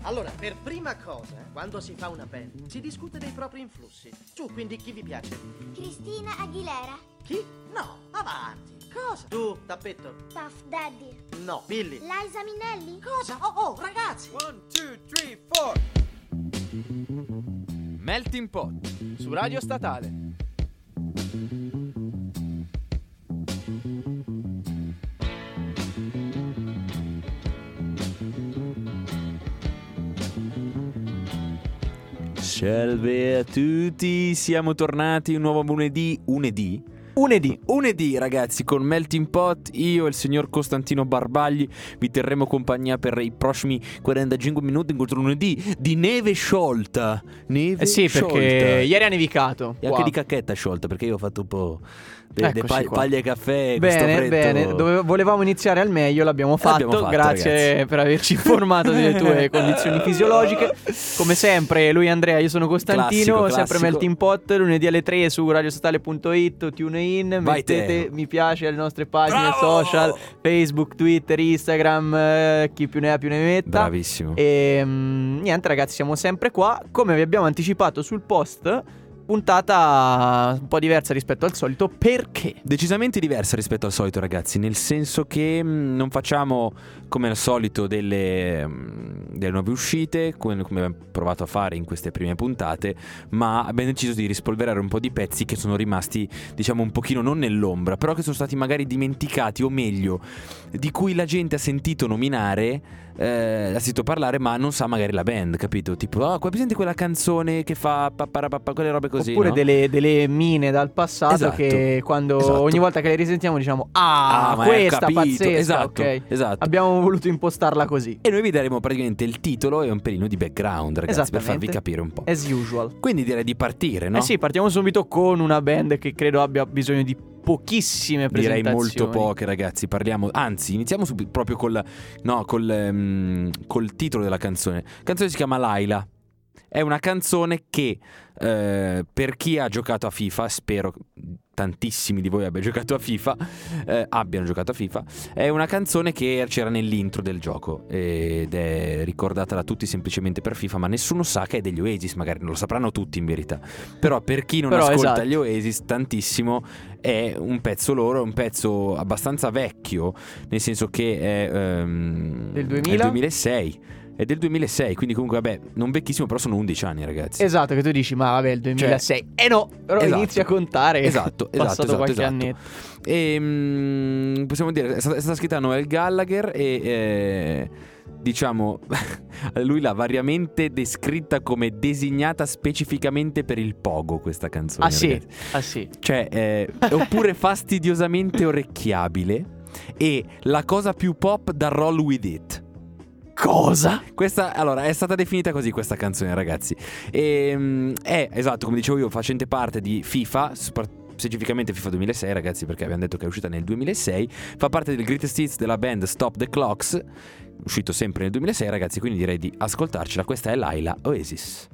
Allora, per prima cosa, quando si fa una band, si discute dei propri influssi. Su, quindi chi vi piace? Cristina Aguilera. Chi? No, avanti. Cosa? Tu, Tappetto? Puff Daddy. No, Billy. Liza Minnelli. Cosa? Oh, ragazzi! 1, 2, 3, 4. Melting Pot su Radio Statale. Salve a tutti, siamo tornati un nuovo Lunedì ragazzi, con Melting Pot. Io e il signor Costantino Barbagli vi terremo compagnia per i prossimi 45 minuti in questo lunedì di neve sciolta. Sì, sciolta. perché ieri ha nevicato. E anche di cacchetta sciolta, perché io ho fatto un po' Paglia e caffè. Bene. Volevamo iniziare al meglio, l'abbiamo fatto. Grazie, ragazzi, per averci informato delle tue condizioni fisiologiche. Come sempre, lui è Andrea, io sono Costantino. Classico. Sempre Melting Pot, lunedì alle 3 su radiostatale.it, TuneIn. Mettete mi piace alle nostre pagine social, Facebook, Twitter, Instagram, chi più ne ha più ne metta. Bravissimo. E niente ragazzi, siamo sempre qua. Come vi abbiamo anticipato sul post, puntata un po' diversa rispetto al solito. Perché? Decisamente diversa rispetto al solito, ragazzi, nel senso che non facciamo come al solito delle nuove uscite, come abbiamo provato a fare in queste prime puntate, ma abbiamo deciso di rispolverare un po' di pezzi che sono rimasti, diciamo, un pochino non nell'ombra, però che sono stati magari dimenticati, o meglio, di cui la gente ha sentito nominare, ha sentito parlare, ma non sa magari la band, capito? Tipo, presente quella canzone che fa quelle robe così, oppure no? delle mine dal passato, Esatto. che quando ogni volta che le risentiamo diciamo ma questa capito. pazzesca. Esatto, ok. esatto. Abbiamo voluto impostarla così, E noi vi daremo praticamente il titolo e un pelino di background, ragazzi, per farvi capire un po'. as usual. Quindi direi di partire, no? Sì, partiamo subito con una band che credo abbia bisogno di pochissime presentazioni. Direi molto poche, ragazzi. Iniziamo proprio col titolo della canzone. La canzone si chiama Laila. È una canzone che per chi ha giocato a FIFA, spero tantissimi di voi abbiano giocato a FIFA, è una canzone che c'era nell'intro del gioco ed è ricordata da tutti semplicemente per FIFA, ma nessuno sa che è degli Oasis. Magari non lo sapranno tutti in verità, però per chi non ascolta esatto, gli Oasis tantissimo, è un pezzo loro, è un pezzo abbastanza vecchio, nel senso che è del 2000? È 2006. È del 2006, quindi comunque vabbè, non vecchissimo, però sono 11 anni, ragazzi. Esatto, che tu dici, ma vabbè, il 2006. No, però esatto, inizi a contare. Esatto, passato qualche annetto. E possiamo dire, è stata scritta da Noel Gallagher e diciamo, lui l'ha variamente descritta come designata specificamente per il pogo, questa canzone. Sì. Cioè, oppure fastidiosamente orecchiabile, e la cosa più pop da roll with it. Cosa? Questa, allora, è stata definita così questa canzone, ragazzi. E è, esatto, come dicevo io, facente parte di FIFA, specificamente FIFA 2006, ragazzi, perché abbiamo detto che è uscita nel 2006. Fa parte del greatest hits della band Stop the Clocks, uscito sempre nel 2006, ragazzi, quindi direi di ascoltarcela. Questa è Laila, Oasis.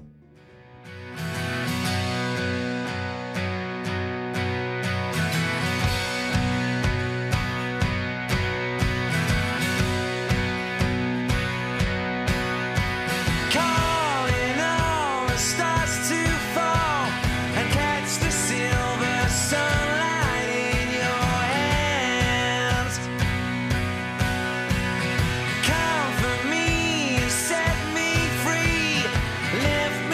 Come for me, set me free, lift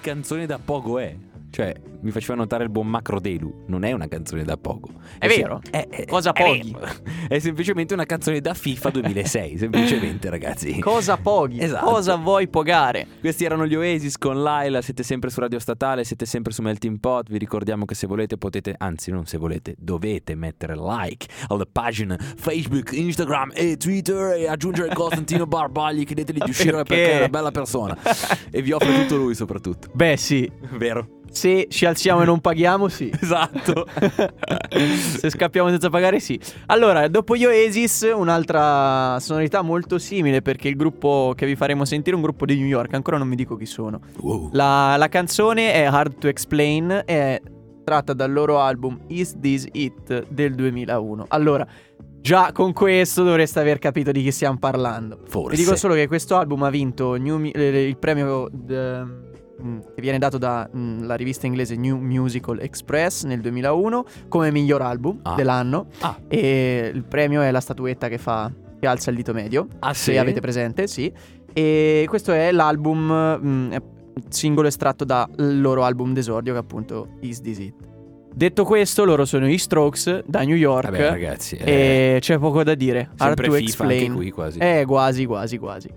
canzone da poco è? Cioè, mi faceva notare il buon Macro Delu, non è una canzone da poco. È vero? Cosa poghi? È semplicemente una canzone da FIFA 2006, semplicemente, ragazzi. Cosa poghi? Esatto. Cosa vuoi pogare? Questi erano gli Oasis con Laila, siete sempre su Radio Statale, siete sempre su Melting Pot. Vi ricordiamo che se volete potete, anzi non se volete, dovete mettere like alla pagina Facebook, Instagram e Twitter e aggiungere Costantino Barbagli, chiedeteli di uscire perché è una bella persona e vi offre tutto lui soprattutto. Beh sì, Vero? se ci alziamo e non paghiamo sì. Esatto. Se scappiamo senza pagare sì. Allora, dopo gli Oasis, un'altra sonorità molto simile, perché il gruppo che vi faremo sentire è un gruppo di New York. Ancora non vi dico chi sono. Wow. La canzone è Hard to Explain, è tratta dal loro album Is This It del 2001. Allora, già con questo dovreste aver capito di chi stiamo parlando. Forse. Vi dico solo che questo album ha vinto il premio che viene dato dalla rivista inglese New Musical Express nel 2001 come miglior album dell'anno. E il premio è la statuetta che alza il dito medio, se avete presente, sì. E questo è l'album singolo estratto dal loro album d'esordio, che appunto Is This It. Detto questo, loro sono gli Strokes da New York. Vabbè, ragazzi, e c'è poco da dire. Hard to FIFA Explain. anche qui quasi. Quasi.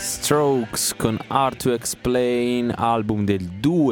Strokes con Hard to Explain, album del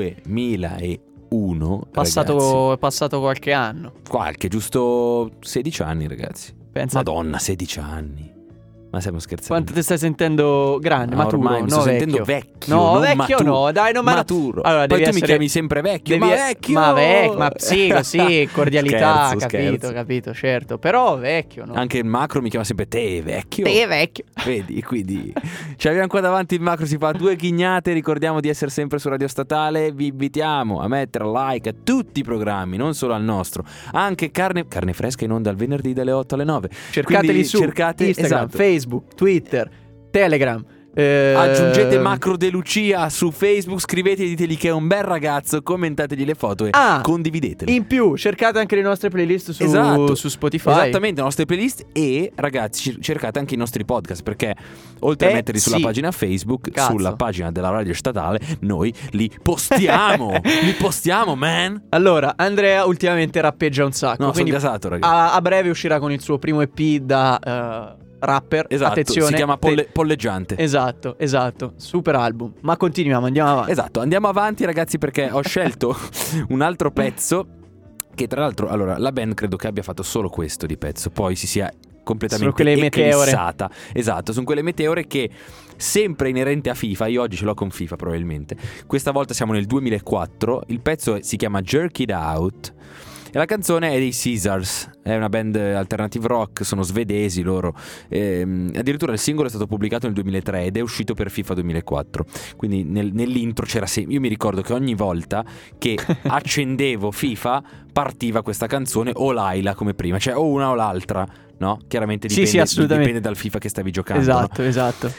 2001. È passato qualche anno. Giusto 16 anni, ragazzi. Pensa. Madonna, 16 anni. Ma stiamo scherzando? Quanto ti stai sentendo grande, maturo? Ormai mi sto sentendo vecchio. No, non vecchio no, dai, non maturo. Allora, poi tu mi chiami sempre vecchio. Ma sì, così, cordialità, Scherzo. capito, certo. Però vecchio, no? Anche il macro mi chiama sempre te vecchio. Vedi, quindi ci abbiamo qua davanti il macro, si fa 2 ghignate. Ricordiamo di essere sempre su Radio Statale. Vi invitiamo a mettere like a tutti i programmi, non solo al nostro. Anche carne fresca in onda il venerdì dalle 8 alle 9. Cercateli su Instagram, esatto. Facebook, Twitter, Telegram. Aggiungete Macro De Lucia su Facebook, scrivete, diteli che è un bel ragazzo, commentategli le foto e condividetele. In più, cercate anche le nostre playlist su Spotify. Esattamente, le nostre playlist. E ragazzi, cercate anche i nostri podcast, perché oltre a metterli sulla pagina Facebook, sulla pagina della Radio Statale, noi li postiamo. Li postiamo, man. Allora, Andrea ultimamente rappeggia un sacco. No, quindi sono gasato, ragazzi. A breve uscirà con il suo primo EP da rapper. Esatto, attenzione, si chiama Polleggiante. Esatto, super album. Ma continuiamo, andiamo avanti. Esatto, andiamo avanti, ragazzi, perché ho scelto un altro pezzo che, tra l'altro, allora, la band credo che abbia fatto solo questo di pezzo, poi si sia completamente eclissata. Esatto, sono quelle meteore che, sempre inerente a FIFA, io oggi ce l'ho con FIFA probabilmente, questa volta siamo nel 2004, il pezzo si chiama Jerk It Out e la canzone è dei Caesars, è una band alternative rock, sono svedesi loro, addirittura il singolo è stato pubblicato nel 2003 ed è uscito per FIFA 2004, quindi nell'intro c'era sempre, io mi ricordo che ogni volta che accendevo FIFA partiva questa canzone o Laila come prima, cioè o una o l'altra, no? Chiaramente dipende dal FIFA che stavi giocando. Esatto, no? Esatto.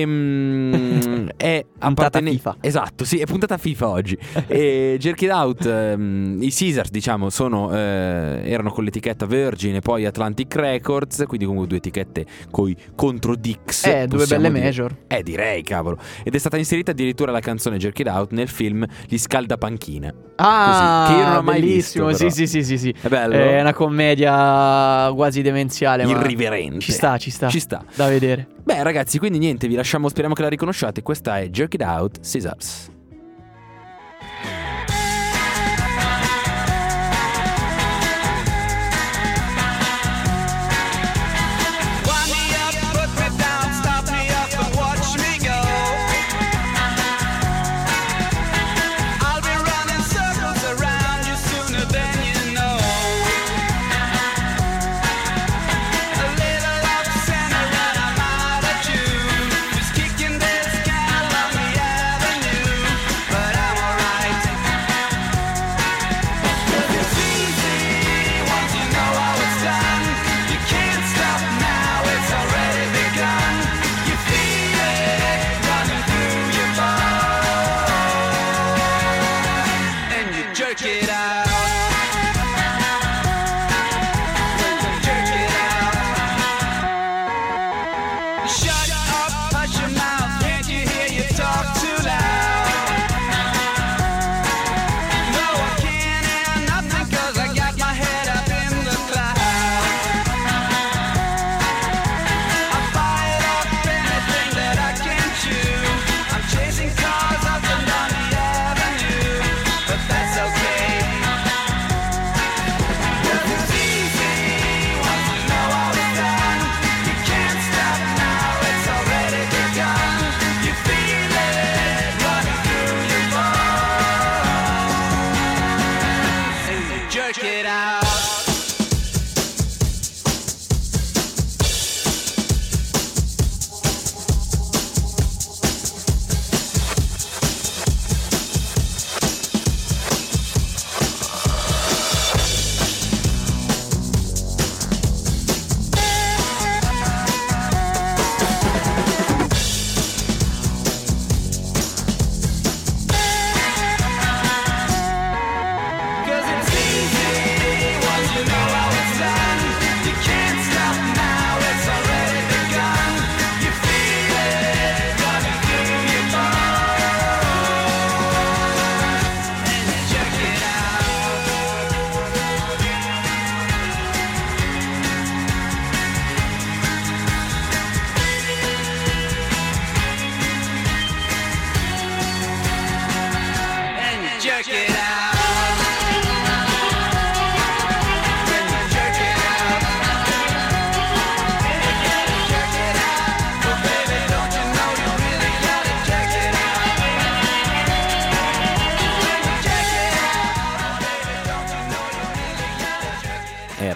È puntata FIFA. Esatto, sì, è puntata FIFA oggi. E Jerk It Out, i Caesars, diciamo, erano con l'etichetta Virgin e poi Atlantic Records, quindi comunque 2 etichette contro Dix. 2 belle major. Direi, cavolo. Ed è stata inserita addirittura la canzone Jerk It Out nel film Gli Scaldapanchine. Così, che io non ho mai bellissimo, visto. Sì. È bello. È una commedia quasi demenziale, irriverente. Ci sta da vedere. Beh, ragazzi, quindi niente, vi lasciamo, speriamo che la riconosciate. Questa è Jerk It Out, Caesars. Kicking this gal on the avenue.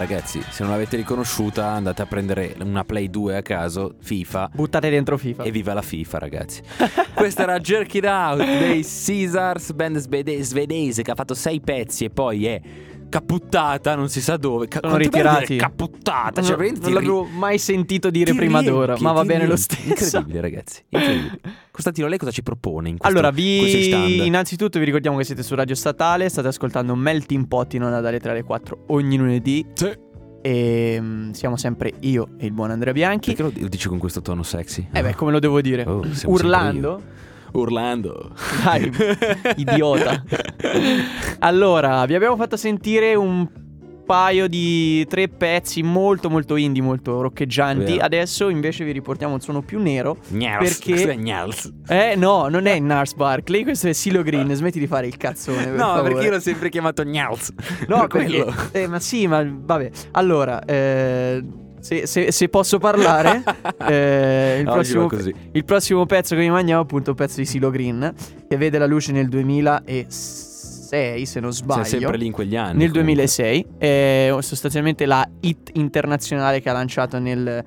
ragazzi, se non l'avete riconosciuta andate a prendere una Play 2 a caso, FIFA. Buttate dentro FIFA. E viva la FIFA, ragazzi. Questa era Jerk It Out dei Caesars, band svedese che ha fatto 6 pezzi e poi è caputtata, non si sa dove. Sono ritirati. Caputtata. Non, Cioè, non l'avevo mai sentito dire prima d'ora, ma va bene lo stesso. Incredibile, ragazzi. Incredibile. Costantino, lei cosa ci propone in questo, allora, questi stand? Innanzitutto vi ricordiamo che siete su Radio Statale, state ascoltando Melting Pot in onda dalle 3 alle 4 ogni lunedì. Sì. E siamo sempre io e il buon Andrea Bianchi. Perché lo dici con questo tono sexy? Beh, come lo devo dire? Urlando. Dai, idiota. Allora, vi abbiamo fatto sentire un paio di 3 pezzi molto molto indie, molto roccheggianti. Vero. Adesso invece vi riportiamo un suono più nero. Questo è Gnals. No, non è Nars Barkley, questo è CeeLo Green. Smetti di fare il cazzone, per favore. Perché io l'ho sempre chiamato Gnals. No, perché ma sì, ma vabbè. Allora, se posso parlare, il prossimo pezzo che vi mandiamo è appunto un pezzo di CeeLo Green, che vede la luce nel 2006, se non sbaglio. Sei sempre lì in quegli anni. Nel 2006 è sostanzialmente la hit internazionale che ha lanciato nel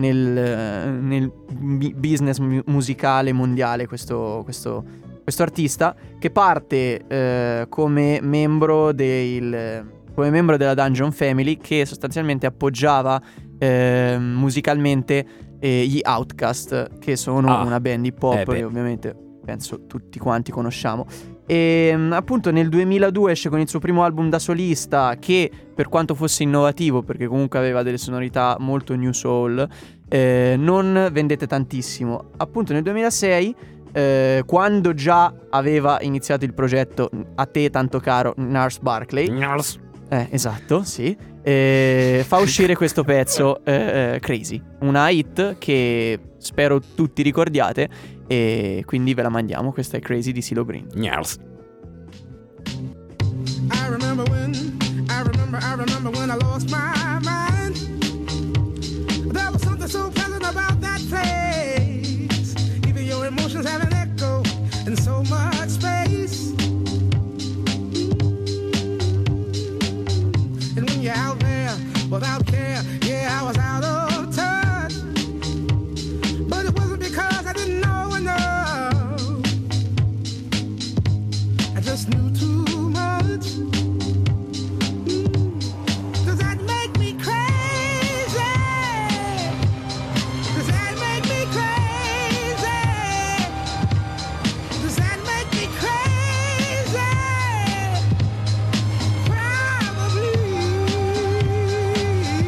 business musicale mondiale questo artista, che parte come membro della Dungeon Family, che sostanzialmente appoggiava musicalmente gli Outkast, che sono una band hip hop che ovviamente penso tutti quanti conosciamo. E appunto nel 2002 esce con il suo primo album da solista, che per quanto fosse innovativo, perché comunque aveva delle sonorità molto new soul, non vendette tantissimo. Appunto nel 2006, quando già aveva iniziato il progetto a te tanto caro Nars Barkley, esatto, sì, fa uscire questo pezzo Crazy, una hit che spero tutti ricordiate, e quindi ve la mandiamo. Questa è Crazy di CeeLo Green. Gnals. I remember when I lost my mind. There was something so pleasant about that place. Even your emotions have an echo in so much space. And when you're out there without care, yeah, I was out of touch. But it wasn't because I didn't know enough. I just knew too much. Does that make me crazy? Does that make me crazy? Does that make me crazy? Probably.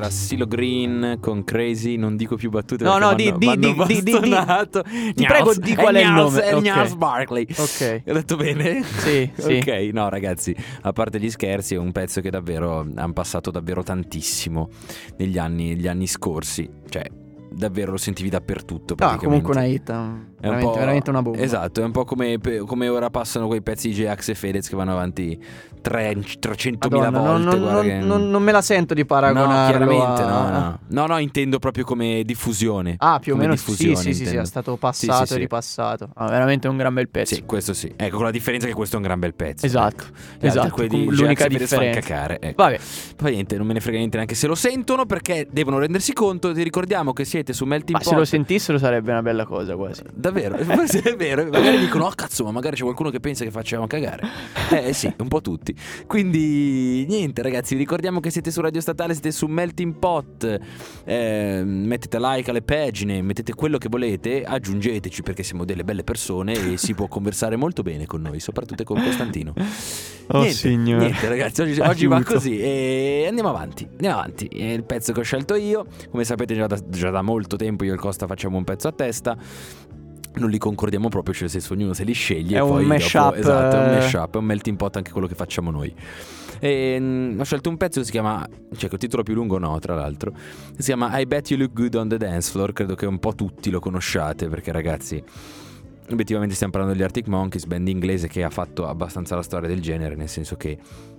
Silo Green con Crazy, non dico più battute. No, no, ti prego, di qual è il nome. È Gnarls Barkley. Ok. Ho detto bene? Sì, sì. Ok, no ragazzi, a parte gli scherzi, è un pezzo che davvero hanno passato davvero tantissimo negli anni scorsi. Cioè, davvero lo sentivi dappertutto praticamente. Comunque una hit, veramente una bomba. Esatto, è un po' come ora passano quei pezzi di J-Ax e Fedez che vanno avanti 300.000 volte. Non me la sento di paragonarlo. No, chiaramente no, intendo proprio come diffusione. Più o meno sì, è stato passato e ripassato. Veramente un gran bel pezzo. Sì, questo sì. Ecco, con la differenza che questo è un gran bel pezzo. Esatto, l'unica differenza. Cacare, ecco. Vabbè. Poi niente, non me ne frega niente neanche se lo sentono, perché devono rendersi conto. Ti ricordiamo che siete su Melting Pot. Ma se lo sentissero sarebbe una bella cosa quasi. Davvero, forse è vero. Magari dicono, cazzo, ma magari c'è qualcuno che pensa che facciamo cagare. Sì, un po' tutti. Quindi niente ragazzi, vi ricordiamo che siete su Radio Statale, siete su Melting Pot. Mettete like alle pagine, mettete quello che volete, aggiungeteci perché siamo delle belle persone e si può conversare molto bene con noi, soprattutto con Costantino. Niente ragazzi, oggi va così e andiamo avanti. È il pezzo che ho scelto io. Come sapete già da molto tempo io e il Costa facciamo un pezzo a testa. Non li concordiamo proprio, cioè nel senso ognuno se li sceglie. È poi un mashup. Esatto, è un mashup, è un melting pot anche quello che facciamo noi. Ho scelto un pezzo che si chiama, cioè col titolo più lungo no, tra l'altro, si chiama I Bet You Look Good on the Dance Floor. Credo che un po' tutti lo conosciate, perché ragazzi, obiettivamente stiamo parlando degli Arctic Monkeys, band inglese che ha fatto abbastanza la storia del genere, nel senso che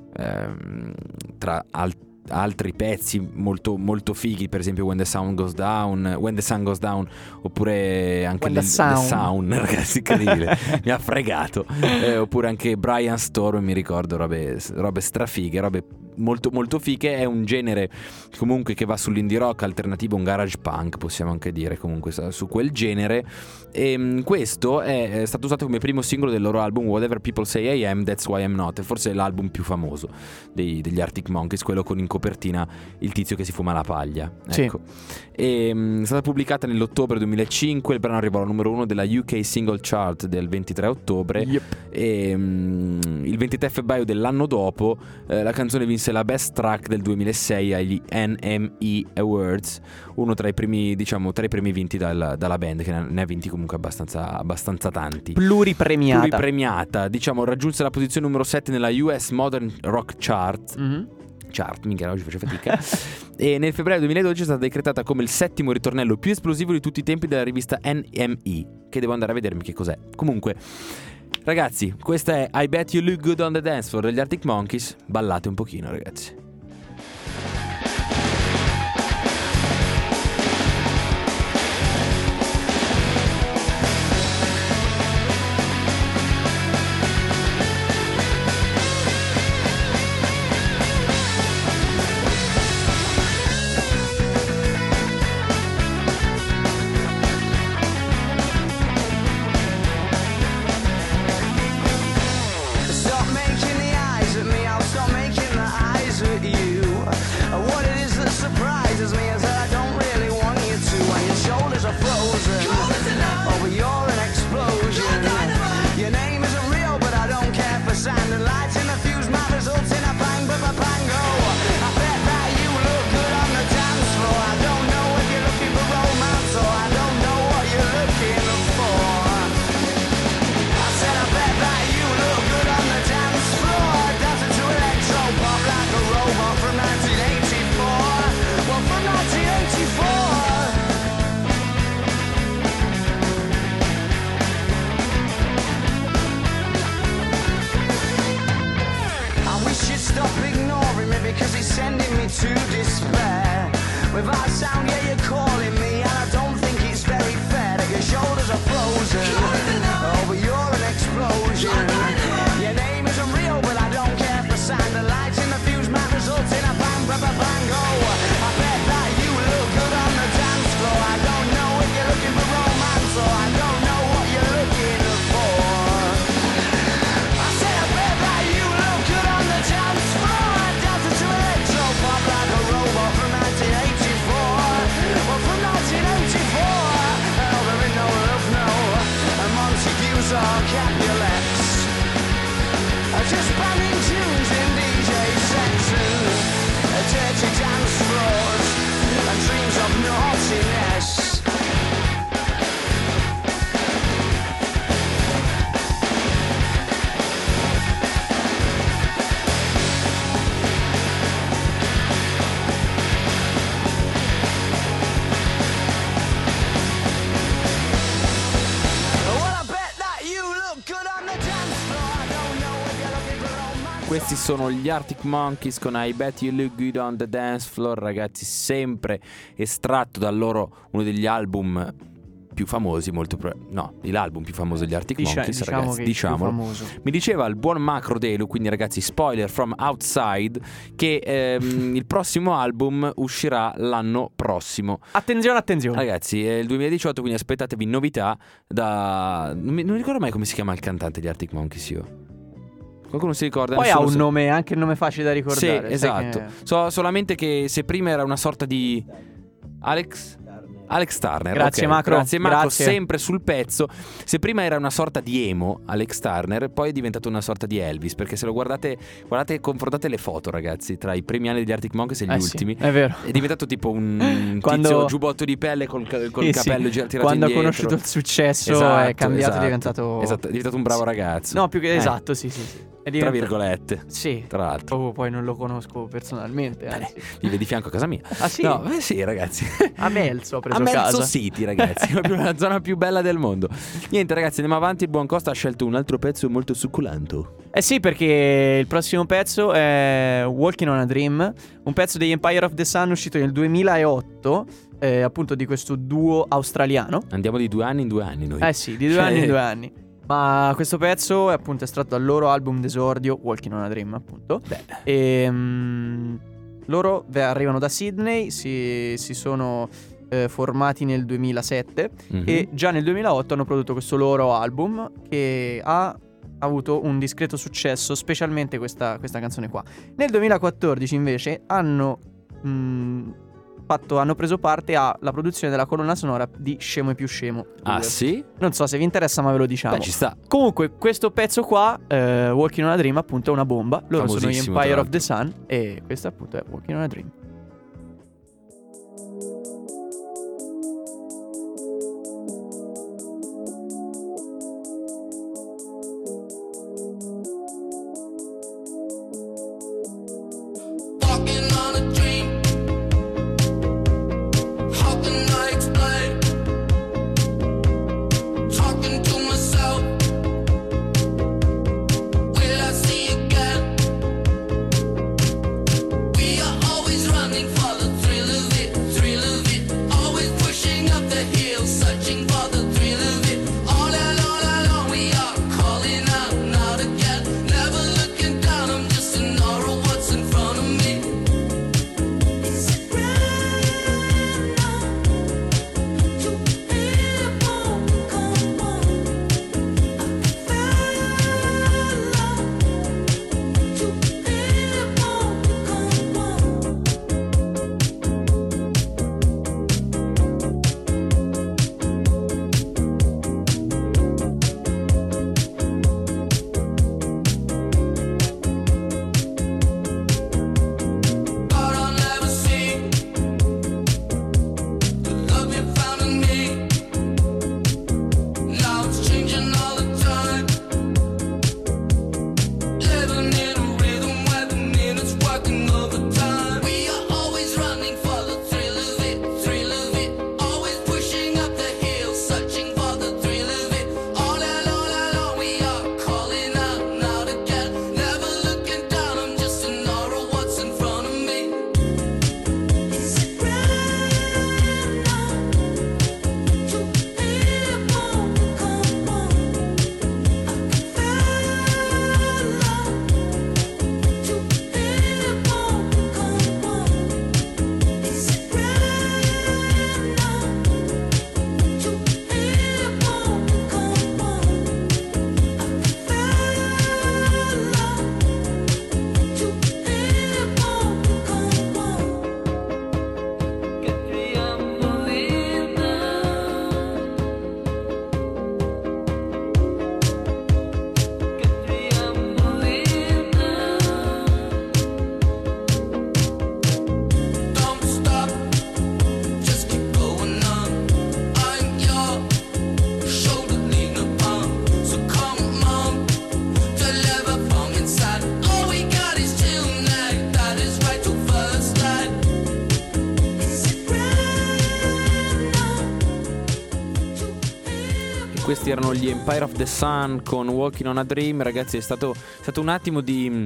tra altri pezzi molto, molto fighi, per esempio When the Sun Goes Down, oppure anche The Sound, ragazzi, incredibile. Mi ha fregato. Oppure anche Brian Storm, mi ricordo, robe strafighe, robe molto, molto fighe. È un genere comunque che va sull'indie rock alternativo, un garage punk, possiamo anche dire, comunque su quel genere. E questo è stato usato come primo singolo del loro album Whatever People Say I Am, That's Why I'm Not. È forse l'album più famoso degli Arctic Monkeys, quello con in copertina il tizio che si fuma la paglia, ecco. È stata pubblicata nell'ottobre 2005. Il brano arrivò al numero 1 della UK Single Chart del 23 ottobre. E il 23 febbraio dell'anno dopo la canzone vinse la Best Track del 2006 agli NME Awards, uno tra i primi vinti dalla band, che ne ha vinti comunque abbastanza tanti. Pluripremiata, diciamo, raggiunse la posizione numero 7 nella US Modern Rock Chart. Minchia, oggi faccio fatica. E nel febbraio 2012 è stata decretata come il settimo ritornello più esplosivo di tutti i tempi della rivista NME, che devo andare a vedermi che cos'è. Comunque ragazzi, questa è I Bet You Look Good on the Dance Floor degli Arctic Monkeys. Ballate un pochino ragazzi. To despair without sound, yeah, you're calling me, and I don't think it's very fair that your shoulders are frozen. Oh, but you're an explosion. Your name isn't real, but I don't care for sound. The lights in the fuse might result in a bang, bang, bang, bang. Oh, I bet that you look good on the dance floor. I don't know if you're looking for romance, or I don't know what you're looking for. I said I bet that you look good on the dance floor. Dancing to electro pop like a robot from 1984. Well, from 1984. Oh, there ain't no love, no. And Montague's or Capulets. Just banging tunes in DJ sets and dirty dance floors. Questi sono gli Arctic Monkeys con I Bet You Look Good on the Dance Floor, ragazzi, sempre estratto dal loro uno degli album più famosi, l'album più famoso degli Arctic Monkeys, ragazzi, diciamolo. Mi diceva il buon Macro Delu, quindi ragazzi, spoiler from outside, che il prossimo album uscirà l'anno prossimo. Attenzione. Ragazzi, è il 2018, quindi aspettatevi novità non ricordo mai come si chiama il cantante di Arctic Monkeys io. Qualcuno si ricorda? Poi ha un nome, anche il nome facile da ricordare. Sì, esatto. Che... So solamente che se prima era una sorta di Alex Turner. Grazie, okay. Macro. Grazie Macro, Grazie. sempre sul pezzo. Se prima era una sorta di emo, Alex Turner, poi è diventato una sorta di Elvis, perché se lo guardate e confrontate le foto, ragazzi, tra i primi anni degli Arctic Monkeys e gli ultimi, sì, è vero. È diventato tipo un tizio giubbotto di pelle col capello tirato quando indietro. Ha conosciuto il successo, è cambiato, è diventato un bravo ragazzo. No, più che esatto, sì. Tra virgolette. Sì. Tra l'altro. Poi non lo conosco personalmente, anzi. Vive di fianco a casa mia. Ah sì? No, sì, ragazzi. A Melzo ho preso a Melzo casa. City, ragazzi. La zona più bella del mondo. Niente, ragazzi, andiamo avanti. Il buon Costa ha scelto un altro pezzo molto succulento. Sì, perché il prossimo pezzo è Walking on a Dream, un pezzo degli Empire of the Sun uscito nel 2008, appunto di questo duo australiano. Andiamo di 2 anni in 2 anni noi. Sì, di 2 anni in 2 anni. Ma questo pezzo è appunto estratto dal loro album d'esordio, Walking on a Dream, appunto. E loro arrivano da Sydney, si sono formati nel 2007 e già nel 2008 hanno prodotto questo loro album che ha avuto un discreto successo, specialmente questa canzone qua. Nel 2014 invece hanno preso parte alla produzione della colonna sonora di Scemo e più Scemo 2. Ah sì? Non so se vi interessa, ma ve lo diciamo. Beh, ci sta. Comunque questo pezzo qua, Walking on a Dream, appunto è una bomba. Loro sono gli Empire of the Sun e questo appunto è Walking on a Dream. Running for the thrill of it, thrill of questi erano gli Empire of the Sun con Walking on a Dream. Ragazzi, è stato un attimo di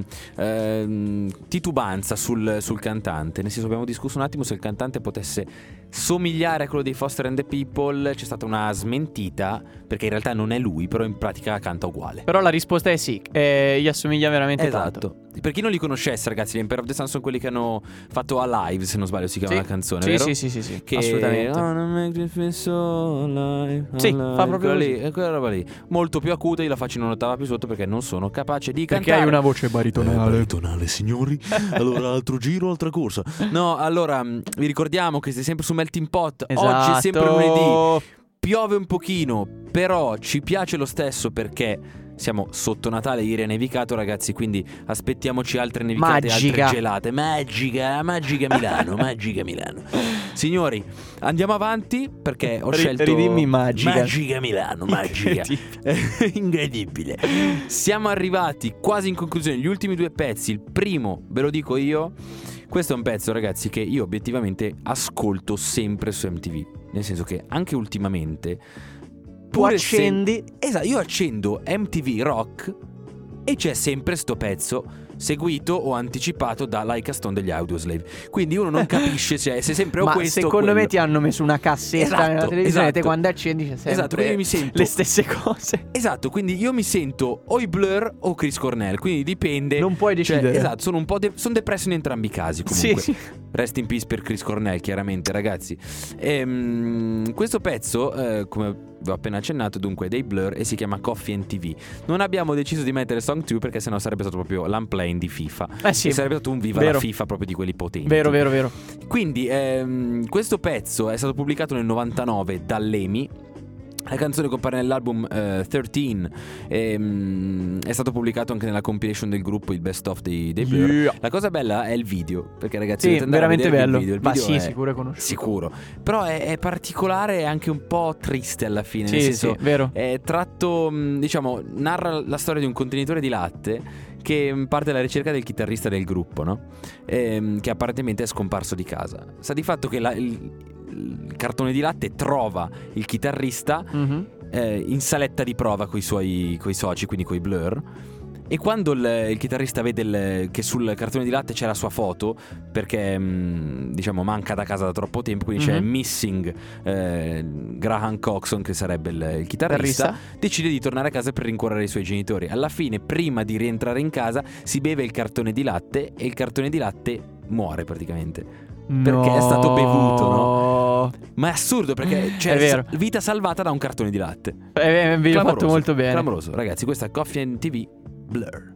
titubanza sul cantante. Nel senso, abbiamo discusso un attimo se il cantante potesse somigliare a quello dei Foster and the People. C'è stata una smentita, perché in realtà non è lui, però in pratica canta uguale. Però la risposta è sì, gli assomiglia veramente tanto. Per chi non li conoscesse, ragazzi, gli Empire of the Sun sono quelli che hanno fatto Alive, se non sbaglio si chiama la canzone, sì, vero? Sì, che assolutamente. Sì, fa proprio lì, quella roba lì. Molto più acuta, io la faccio in un'ottava più sotto perché non sono capace di cantare. Perché hai una voce baritonale. Baritonale, signori. Allora, altro giro, altra corsa. No, allora, vi ricordiamo che siete sempre su Melting Pot. Esatto. Oggi è sempre lunedì. Piove un pochino, però ci piace lo stesso perché siamo sotto Natale, ieri è nevicato, ragazzi, quindi aspettiamoci altre nevicate, altre gelate. Magica Milano, magica Milano. Signori, andiamo avanti perché ho scelto ridimmi magica Milano, magica. Incredibile. Siamo arrivati quasi in conclusione, gli ultimi due pezzi. Il primo, ve lo dico io, questo è un pezzo, ragazzi, che io obiettivamente ascolto sempre su MTV. Nel senso che anche ultimamente tu accendi esatto, io accendo MTV Rock e c'è sempre sto pezzo seguito o anticipato da Like a Stone degli Audioslave. Quindi uno non capisce se è sempre o questo o secondo quello. me ti hanno messo una cassetta nella televisione, te quando accendi c'è sempre esatto, quindi mi sento le stesse cose. Esatto, quindi io mi sento o i Blur o Chris Cornell, quindi dipende. Non puoi decidere. Esatto, sono un po' sono depresso in entrambi i casi comunque. Sì. Rest in peace per Chris Cornell, chiaramente, ragazzi. Questo pezzo, come vi ho appena accennato, dunque dei Blur, e si chiama Coffee and TV. Non abbiamo deciso di mettere Song 2 perché sennò sarebbe stato proprio l'unplaying di FIFA. Sì. E sarebbe stato un viva la FIFA proprio di quelli potenti. Vero. Quindi questo pezzo è stato pubblicato nel 99 dall'EMI. La canzone compare nell'album 13, è stato pubblicato anche nella compilation del gruppo, il best of dei Blur. Yeah. La cosa bella è il video, perché ragazzi sì, veramente bello. Il video Ma sì, è sicuro è conosciuto. Sicuro. Però è particolare e anche un po' triste alla fine. Nel senso, vero. È tratto, diciamo, narra la storia di un contenitore di latte che parte alla ricerca del chitarrista del gruppo, no? Che apparentemente è scomparso di casa. Sta di fatto che il cartone di latte trova il chitarrista in saletta di prova coi suoi soci, quindi coi Blur. E quando il chitarrista vede che sul cartone di latte c'è la sua foto, perché diciamo manca da casa da troppo tempo, quindi c'è missing Graham Coxon, che sarebbe il chitarrista, decide di tornare a casa per rincuorare i suoi genitori. Alla fine, prima di rientrare in casa, si beve il cartone di latte e il cartone di latte muore praticamente. Perché è stato bevuto, no? Ma è assurdo, perché c'è vita salvata da un cartone di latte. Vi ho fatto molto bene. Clamoroso. Ragazzi, questa è Coffee and TV Blur.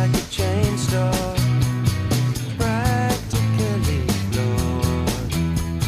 Chainsaw, practically flawed.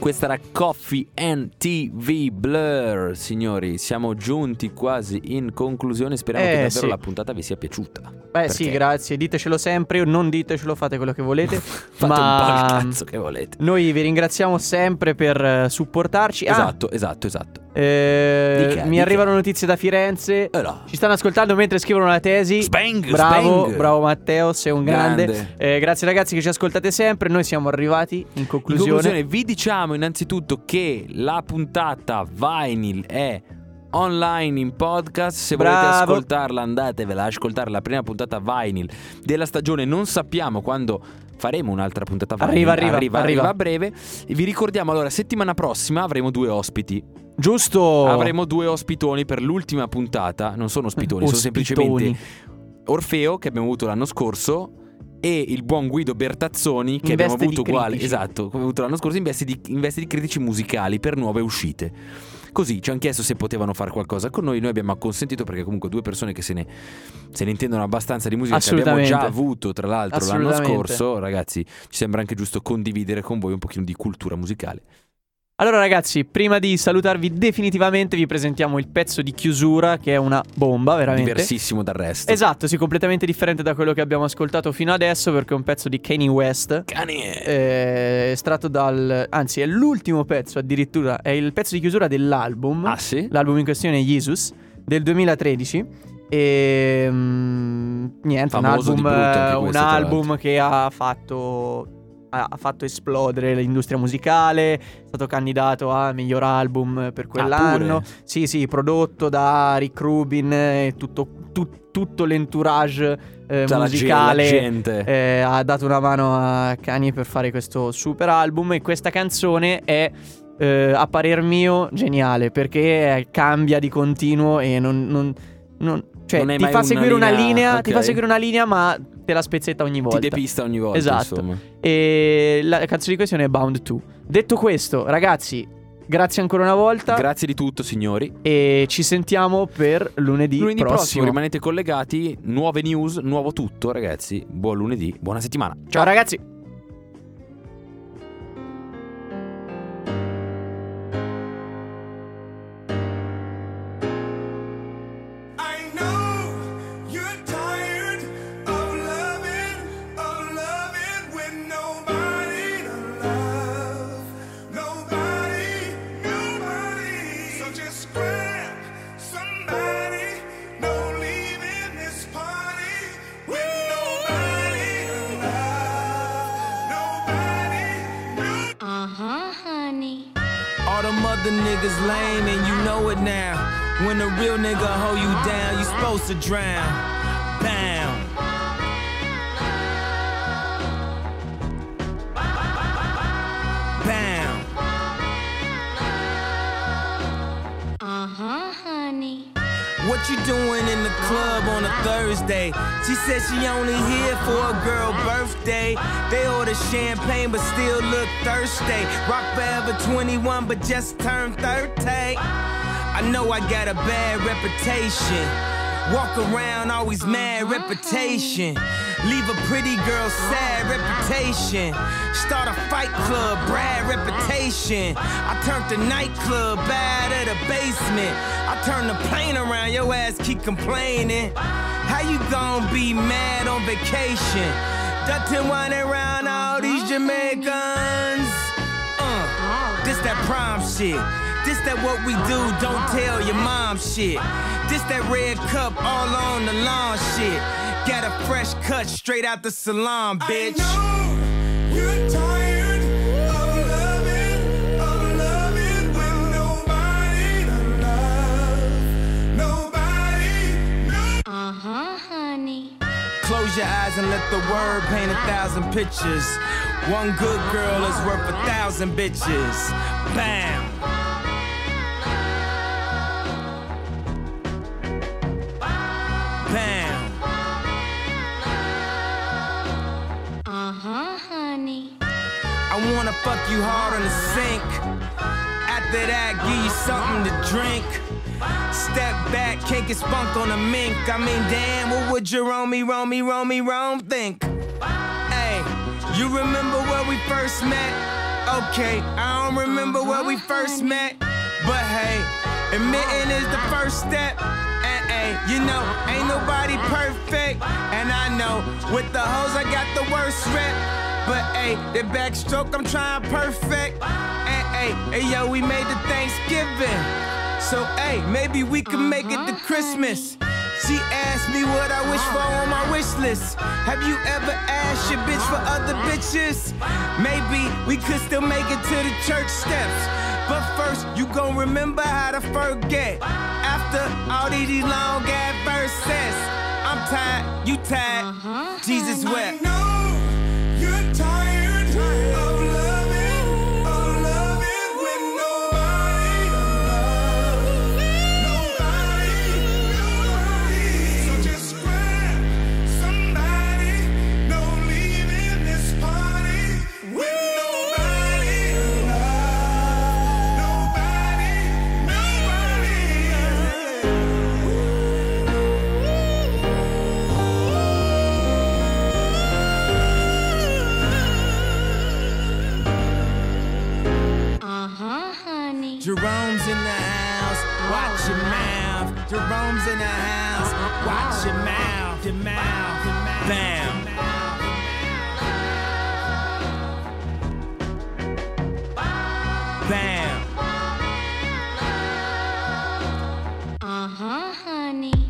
Questa era Coffee and TV Blur. Signori, siamo giunti quasi in conclusione. Speriamo che davvero la puntata vi sia piaciuta. Beh, sì, grazie. Ditecelo sempre, non ditecelo, fate quello che volete. Fate un po' il cazzo che volete. Noi vi ringraziamo sempre per supportarci. Esatto. Mi arrivano notizie da Firenze. Ci stanno ascoltando mentre scrivono la tesi. Bravo Matteo, sei un grande. Grazie ragazzi che ci ascoltate sempre. Noi siamo arrivati in conclusione. Vi diciamo innanzitutto che la puntata vinyl è online in podcast. Se volete ascoltarla, andatevela a ascoltare la prima puntata vinyl della stagione. Non sappiamo quando faremo un'altra puntata vinyl. Arriva a breve. E vi ricordiamo, allora, settimana prossima avremo 2 ospiti. Giusto. Avremo 2 ospitoni per l'ultima puntata. Non sono ospitoni, sono semplicemente Orfeo, che abbiamo avuto l'anno scorso, e il buon Guido Bertazzoni, che abbiamo avuto uguale, esatto, come avuto l'anno scorso, in veste di critici musicali per nuove uscite. Così ci hanno chiesto se potevano fare qualcosa con noi abbiamo acconsentito, perché comunque 2 persone che se ne intendono abbastanza di musica, che abbiamo già avuto tra l'altro l'anno scorso. Ragazzi, ci sembra anche giusto condividere con voi un pochino di cultura musicale. Allora ragazzi, prima di salutarvi definitivamente vi presentiamo il pezzo di chiusura, che è una bomba, veramente diversissimo dal resto. Esatto, sì, completamente differente da quello che abbiamo ascoltato fino adesso, perché è un pezzo di Kanye West, estratto anzi è l'ultimo pezzo addirittura, è il pezzo di chiusura dell'album. Ah sì? L'album in questione è Jesus del 2013. E niente, famoso un album questo, che ha fatto esplodere l'industria musicale, è stato candidato a miglior album per quell'anno. Sì, prodotto da Rick Rubin, tutto l'entourage musicale, la gente. Ha dato una mano a Kanye per fare questo super album, e questa canzone è a parer mio geniale, perché cambia di continuo e cioè ti fa seguire una linea, okay. Ti fa seguire una linea, ma te la spezzetta ogni volta. Ti depista ogni volta. Esatto. Insomma. E la canzone di questione è Bound to. Detto questo, ragazzi, grazie ancora una volta. Grazie di tutto, signori. E ci sentiamo per lunedì prossimo. Rimanete collegati. Nuove news, nuovo tutto, ragazzi. Buon lunedì, buona settimana. Ciao ragazzi. The niggas lame and you know it now. When a real nigga hold you down, you supposed to drown. Bam. Bam. Honey. What you doing in the club on a Thursday? She said she only here for a girl birthday. They order champagne but still look thirsty. Rock forever 21 but just turned 30. I know I got a bad reputation. Walk around always mad reputation. Leave a pretty girl sad reputation. Start a fight club, Brad reputation. I turned the nightclub bad at the basement. I turn the plane around, your ass keep complaining. How you gon' be mad on vacation? Dutton whining around all these Jamaicans. This that prom shit. This that what we do, don't tell your mom shit. This that red cup all on the lawn shit. Got a fresh cut straight out the salon, bitch. I know you're tired of loving when nobody to love, nobody. Honey. Close your eyes and let the word paint 1,000 pictures. One good girl is worth 1,000 bitches. Bam. Bam. Honey. I wanna fuck you hard on the sink. After that, give you something to drink. Step back, can't get spunk on a mink. I mean, damn, what would Jerome think? Hey, you remember where we first met? Okay, I don't remember where we first met, but hey, admitting is the first step. And hey, you know, ain't nobody perfect. And I know, with the hoes I got the worst rep. But hey, the backstroke I'm trying perfect. And hey, yo, we made the Thanksgiving. So hey, maybe we can make it to Christmas. She asked me what I wish for on my wish list. Have you ever asked your bitch for other bitches? Maybe we could still make it to the church steps. But first, you gon' remember how to forget. After all these long ass verses, I'm tired, you tired, Jesus wept. I know you're tired of loving with nobody. So just grab somebody. Don't leave in this party with nobody. Jerome's in the house, watch your mouth. Jerome's in the house.